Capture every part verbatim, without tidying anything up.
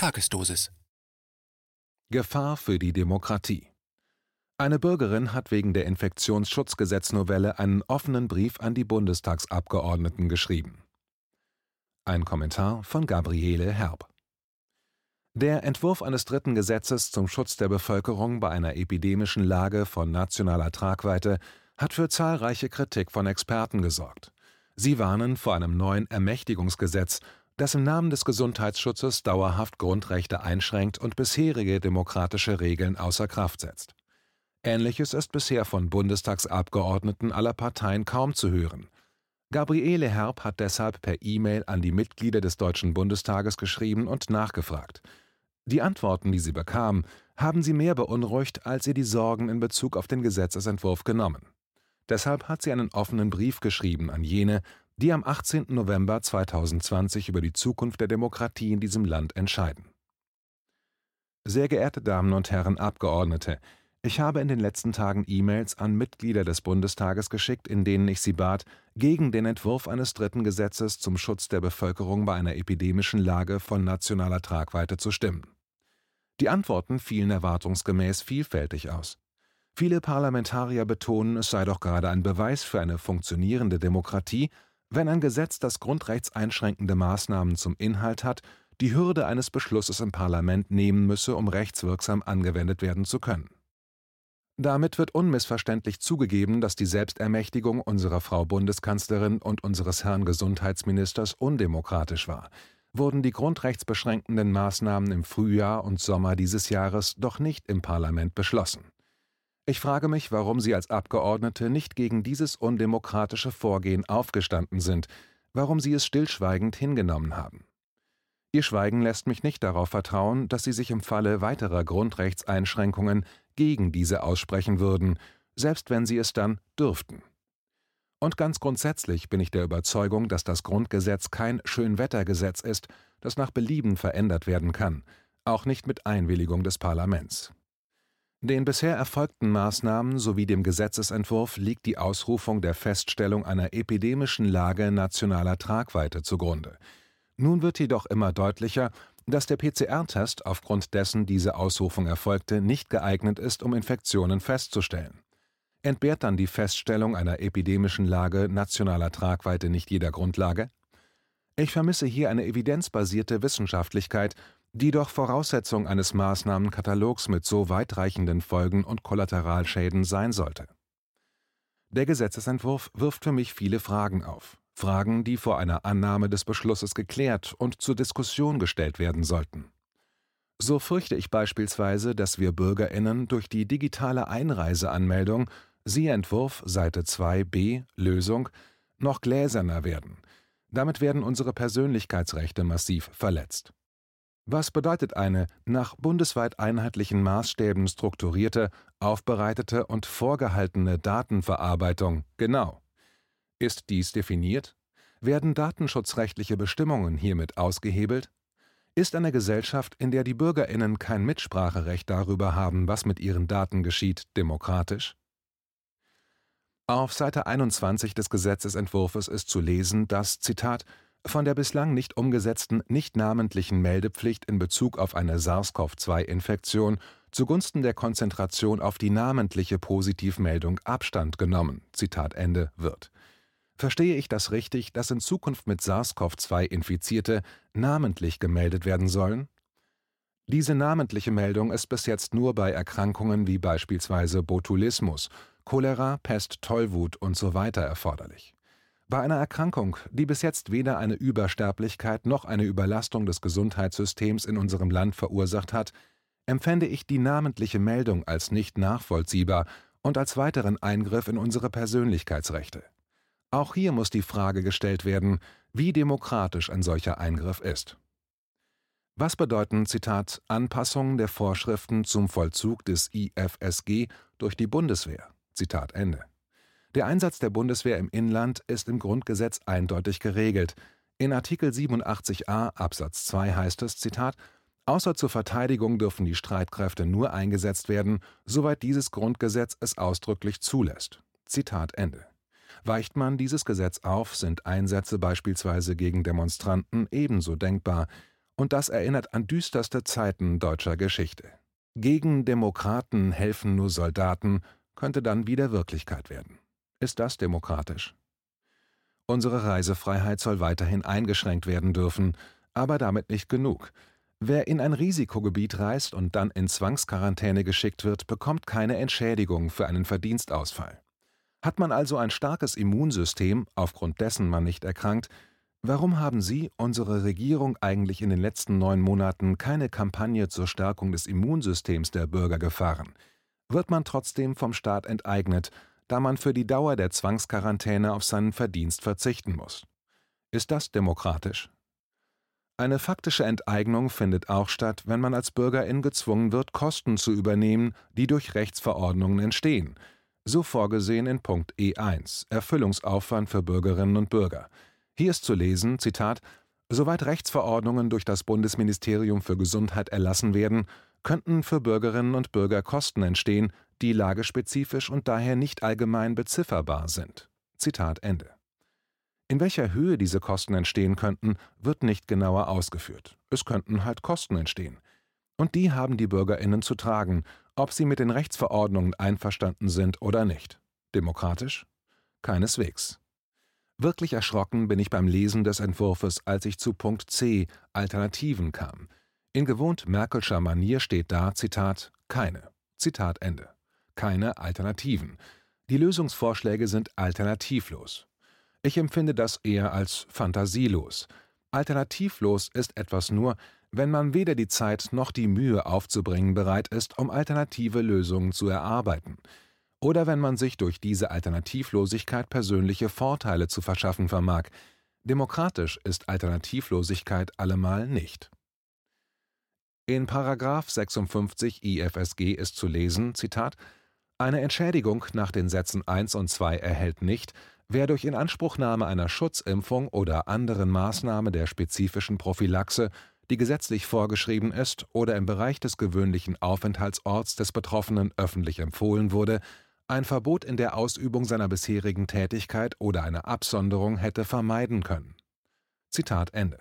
Tagesdosis. Gefahr für die Demokratie. Eine Bürgerin hat wegen der Infektionsschutzgesetznovelle einen offenen Brief an die Bundestagsabgeordneten geschrieben. Ein Kommentar von Gabriele Herb. Der Entwurf eines dritten Gesetzes zum Schutz der Bevölkerung bei einer epidemischen Lage von nationaler Tragweite hat für zahlreiche Kritik von Experten gesorgt. Sie warnen vor einem neuen Ermächtigungsgesetz, das im Namen des Gesundheitsschutzes dauerhaft Grundrechte einschränkt und bisherige demokratische Regeln außer Kraft setzt. Ähnliches ist bisher von Bundestagsabgeordneten aller Parteien kaum zu hören. Gabriele Herb hat deshalb per E-Mail an die Mitglieder des Deutschen Bundestages geschrieben und nachgefragt. Die Antworten, die sie bekam, haben sie mehr beunruhigt, als ihr die Sorgen in Bezug auf den Gesetzesentwurf genommen. Deshalb hat sie einen offenen Brief geschrieben an jene, die am achtzehnten November zweitausendzwanzig über die Zukunft der Demokratie in diesem Land entscheiden. Sehr geehrte Damen und Herren Abgeordnete, ich habe in den letzten Tagen E-Mails an Mitglieder des Bundestages geschickt, in denen ich sie bat, gegen den Entwurf eines dritten Gesetzes zum Schutz der Bevölkerung bei einer epidemischen Lage von nationaler Tragweite zu stimmen. Die Antworten fielen erwartungsgemäß vielfältig aus. Viele Parlamentarier betonen, es sei doch gerade ein Beweis für eine funktionierende Demokratie, wenn ein Gesetz, das grundrechtseinschränkende Maßnahmen zum Inhalt hat, die Hürde eines Beschlusses im Parlament nehmen müsse, um rechtswirksam angewendet werden zu können. Damit wird unmissverständlich zugegeben, dass die Selbstermächtigung unserer Frau Bundeskanzlerin und unseres Herrn Gesundheitsministers undemokratisch war. Wurden die grundrechtsbeschränkenden Maßnahmen im Frühjahr und Sommer dieses Jahres doch nicht im Parlament beschlossen. Ich frage mich, warum Sie als Abgeordnete nicht gegen dieses undemokratische Vorgehen aufgestanden sind, warum Sie es stillschweigend hingenommen haben. Ihr Schweigen lässt mich nicht darauf vertrauen, dass Sie sich im Falle weiterer Grundrechtseinschränkungen gegen diese aussprechen würden, selbst wenn Sie es dann dürften. Und ganz grundsätzlich bin ich der Überzeugung, dass das Grundgesetz kein Schönwettergesetz ist, das nach Belieben verändert werden kann, auch nicht mit Einwilligung des Parlaments. Den bisher erfolgten Maßnahmen sowie dem Gesetzesentwurf liegt die Ausrufung der Feststellung einer epidemischen Lage nationaler Tragweite zugrunde. Nun wird jedoch immer deutlicher, dass der P C R-Test, aufgrund dessen diese Ausrufung erfolgte, nicht geeignet ist, um Infektionen festzustellen. Entbehrt dann die Feststellung einer epidemischen Lage nationaler Tragweite nicht jeder Grundlage? Ich vermisse hier eine evidenzbasierte Wissenschaftlichkeit, die doch Voraussetzung eines Maßnahmenkatalogs mit so weitreichenden Folgen und Kollateralschäden sein sollte. Der Gesetzesentwurf wirft für mich viele Fragen auf. Fragen, die vor einer Annahme des Beschlusses geklärt und zur Diskussion gestellt werden sollten. So fürchte ich beispielsweise, dass wir BürgerInnen durch die digitale Einreiseanmeldung, siehe Entwurf Seite zwei b, Lösung, noch gläserner werden. Damit werden unsere Persönlichkeitsrechte massiv verletzt. Was bedeutet eine nach bundesweit einheitlichen Maßstäben strukturierte, aufbereitete und vorgehaltene Datenverarbeitung genau? Ist dies definiert? Werden datenschutzrechtliche Bestimmungen hiermit ausgehebelt? Ist eine Gesellschaft, in der die BürgerInnen kein Mitspracherecht darüber haben, was mit ihren Daten geschieht, demokratisch? Auf Seite einundzwanzig des Gesetzesentwurfs ist zu lesen, dass, Zitat, von der bislang nicht umgesetzten nichtnamentlichen Meldepflicht in Bezug auf eine SARS-C o V zwei Infektion zugunsten der Konzentration auf die namentliche Positivmeldung Abstand genommen, Zitat Ende, wird. Verstehe ich das richtig, dass in Zukunft mit SARS-C o V zwei Infizierte namentlich gemeldet werden sollen? Diese namentliche Meldung ist bis jetzt nur bei Erkrankungen wie beispielsweise Botulismus, Cholera, Pest, Tollwut usw. erforderlich. Bei einer Erkrankung, die bis jetzt weder eine Übersterblichkeit noch eine Überlastung des Gesundheitssystems in unserem Land verursacht hat, empfände ich die namentliche Meldung als nicht nachvollziehbar und als weiteren Eingriff in unsere Persönlichkeitsrechte. Auch hier muss die Frage gestellt werden, wie demokratisch ein solcher Eingriff ist. Was bedeuten, Zitat, Anpassungen der Vorschriften zum Vollzug des I F S G durch die Bundeswehr? Zitat Ende. Der Einsatz der Bundeswehr im Inland ist im Grundgesetz eindeutig geregelt. In Artikel siebenundachtzig a Absatz zwei heißt es, Zitat, außer zur Verteidigung dürfen die Streitkräfte nur eingesetzt werden, soweit dieses Grundgesetz es ausdrücklich zulässt. Zitat Ende. Weicht man dieses Gesetz auf, sind Einsätze beispielsweise gegen Demonstranten ebenso denkbar, Und das erinnert an düsterste Zeiten deutscher Geschichte. Gegen Demokraten helfen nur Soldaten könnte dann wieder Wirklichkeit werden. Ist das demokratisch? Unsere Reisefreiheit soll weiterhin eingeschränkt werden dürfen, aber damit nicht genug. Wer in ein Risikogebiet reist und dann in Zwangsquarantäne geschickt wird, bekommt keine Entschädigung für einen Verdienstausfall. Hat man also ein starkes Immunsystem, aufgrund dessen man nicht erkrankt, warum haben Sie, unsere Regierung, eigentlich in den letzten neun Monaten keine Kampagne zur Stärkung des Immunsystems der Bürger gefahren? Wird man trotzdem vom Staat enteignet, da man für die Dauer der Zwangsquarantäne auf seinen Verdienst verzichten muss? Ist das demokratisch? Eine faktische Enteignung findet auch statt, wenn man als Bürgerin gezwungen wird, Kosten zu übernehmen, die durch Rechtsverordnungen entstehen. So vorgesehen in Punkt E eins, Erfüllungsaufwand für Bürgerinnen und Bürger. Hier ist zu lesen, Zitat, soweit Rechtsverordnungen durch das Bundesministerium für Gesundheit erlassen werden, könnten für Bürgerinnen und Bürger Kosten entstehen, die lagespezifisch und daher nicht allgemein bezifferbar sind. Zitat Ende. In welcher Höhe diese Kosten entstehen könnten, wird nicht genauer ausgeführt. Es könnten halt Kosten entstehen. Und die haben die BürgerInnen zu tragen, ob sie mit den Rechtsverordnungen einverstanden sind oder nicht. Demokratisch? Keineswegs. Wirklich erschrocken bin ich beim Lesen des Entwurfes, als ich zu Punkt C, Alternativen, kam. In gewohnt Merkelscher Manier steht da, Zitat, keine. Zitat Ende. Keine Alternativen. Die Lösungsvorschläge sind alternativlos. Ich empfinde das eher als fantasielos. Alternativlos ist etwas nur, wenn man weder die Zeit noch die Mühe aufzubringen bereit ist, um alternative Lösungen zu erarbeiten. Oder wenn man sich durch diese Alternativlosigkeit persönliche Vorteile zu verschaffen vermag. Demokratisch ist Alternativlosigkeit allemal nicht. In Paragraph sechsundfünfzig I F S G ist zu lesen, Zitat, eine Entschädigung nach den Sätzen eins und zwei erhält nicht, wer durch Inanspruchnahme einer Schutzimpfung oder anderen Maßnahme der spezifischen Prophylaxe, die gesetzlich vorgeschrieben ist oder im Bereich des gewöhnlichen Aufenthaltsorts des Betroffenen öffentlich empfohlen wurde, ein Verbot in der Ausübung seiner bisherigen Tätigkeit oder eine Absonderung hätte vermeiden können. Zitat Ende.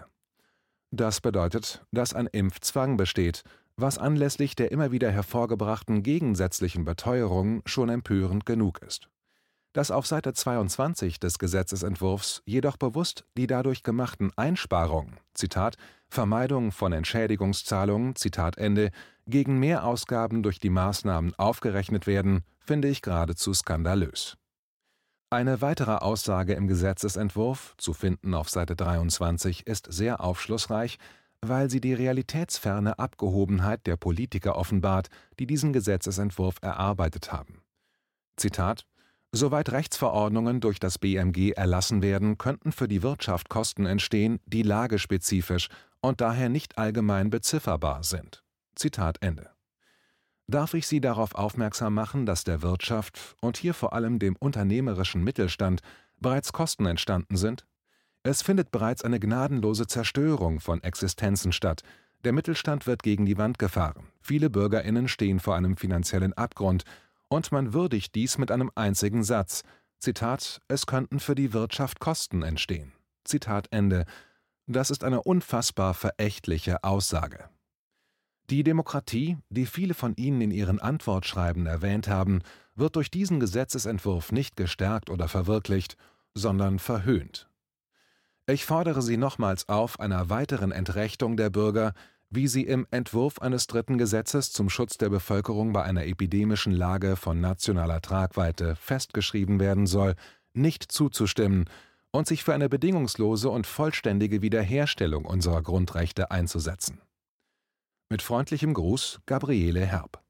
Das bedeutet, dass ein Impfzwang besteht, was anlässlich der immer wieder hervorgebrachten gegensätzlichen Beteuerungen schon empörend genug ist. Dass auf Seite zweiundzwanzig des Gesetzesentwurfs jedoch bewusst die dadurch gemachten Einsparungen, Zitat, Vermeidung von Entschädigungszahlungen, Zitat Ende, gegen Mehrausgaben durch die Maßnahmen aufgerechnet werden, finde ich geradezu skandalös. Eine weitere Aussage im Gesetzesentwurf, zu finden auf Seite dreiundzwanzig, ist sehr aufschlussreich, weil sie die realitätsferne Abgehobenheit der Politiker offenbart, die diesen Gesetzesentwurf erarbeitet haben. Zitat: Soweit Rechtsverordnungen durch das B M G erlassen werden, könnten für die Wirtschaft Kosten entstehen, die lagespezifisch und daher nicht allgemein bezifferbar sind. Zitat Ende. Darf ich Sie darauf aufmerksam machen, dass der Wirtschaft und hier vor allem dem unternehmerischen Mittelstand bereits Kosten entstanden sind? Es findet bereits eine gnadenlose Zerstörung von Existenzen statt. Der Mittelstand wird gegen die Wand gefahren. Viele BürgerInnen stehen vor einem finanziellen Abgrund. Und man würdigt dies mit einem einzigen Satz. Zitat, es könnten für die Wirtschaft Kosten entstehen. Zitat Ende. Das ist eine unfassbar verächtliche Aussage. Die Demokratie, die viele von Ihnen in Ihren Antwortschreiben erwähnt haben, wird durch diesen Gesetzesentwurf nicht gestärkt oder verwirklicht, sondern verhöhnt. Ich fordere Sie nochmals auf, einer weiteren Entrechtung der Bürger, wie sie im Entwurf eines dritten Gesetzes zum Schutz der Bevölkerung bei einer epidemischen Lage von nationaler Tragweite festgeschrieben werden soll, nicht zuzustimmen und sich für eine bedingungslose und vollständige Wiederherstellung unserer Grundrechte einzusetzen. Mit freundlichem Gruß, Gabriele Herb.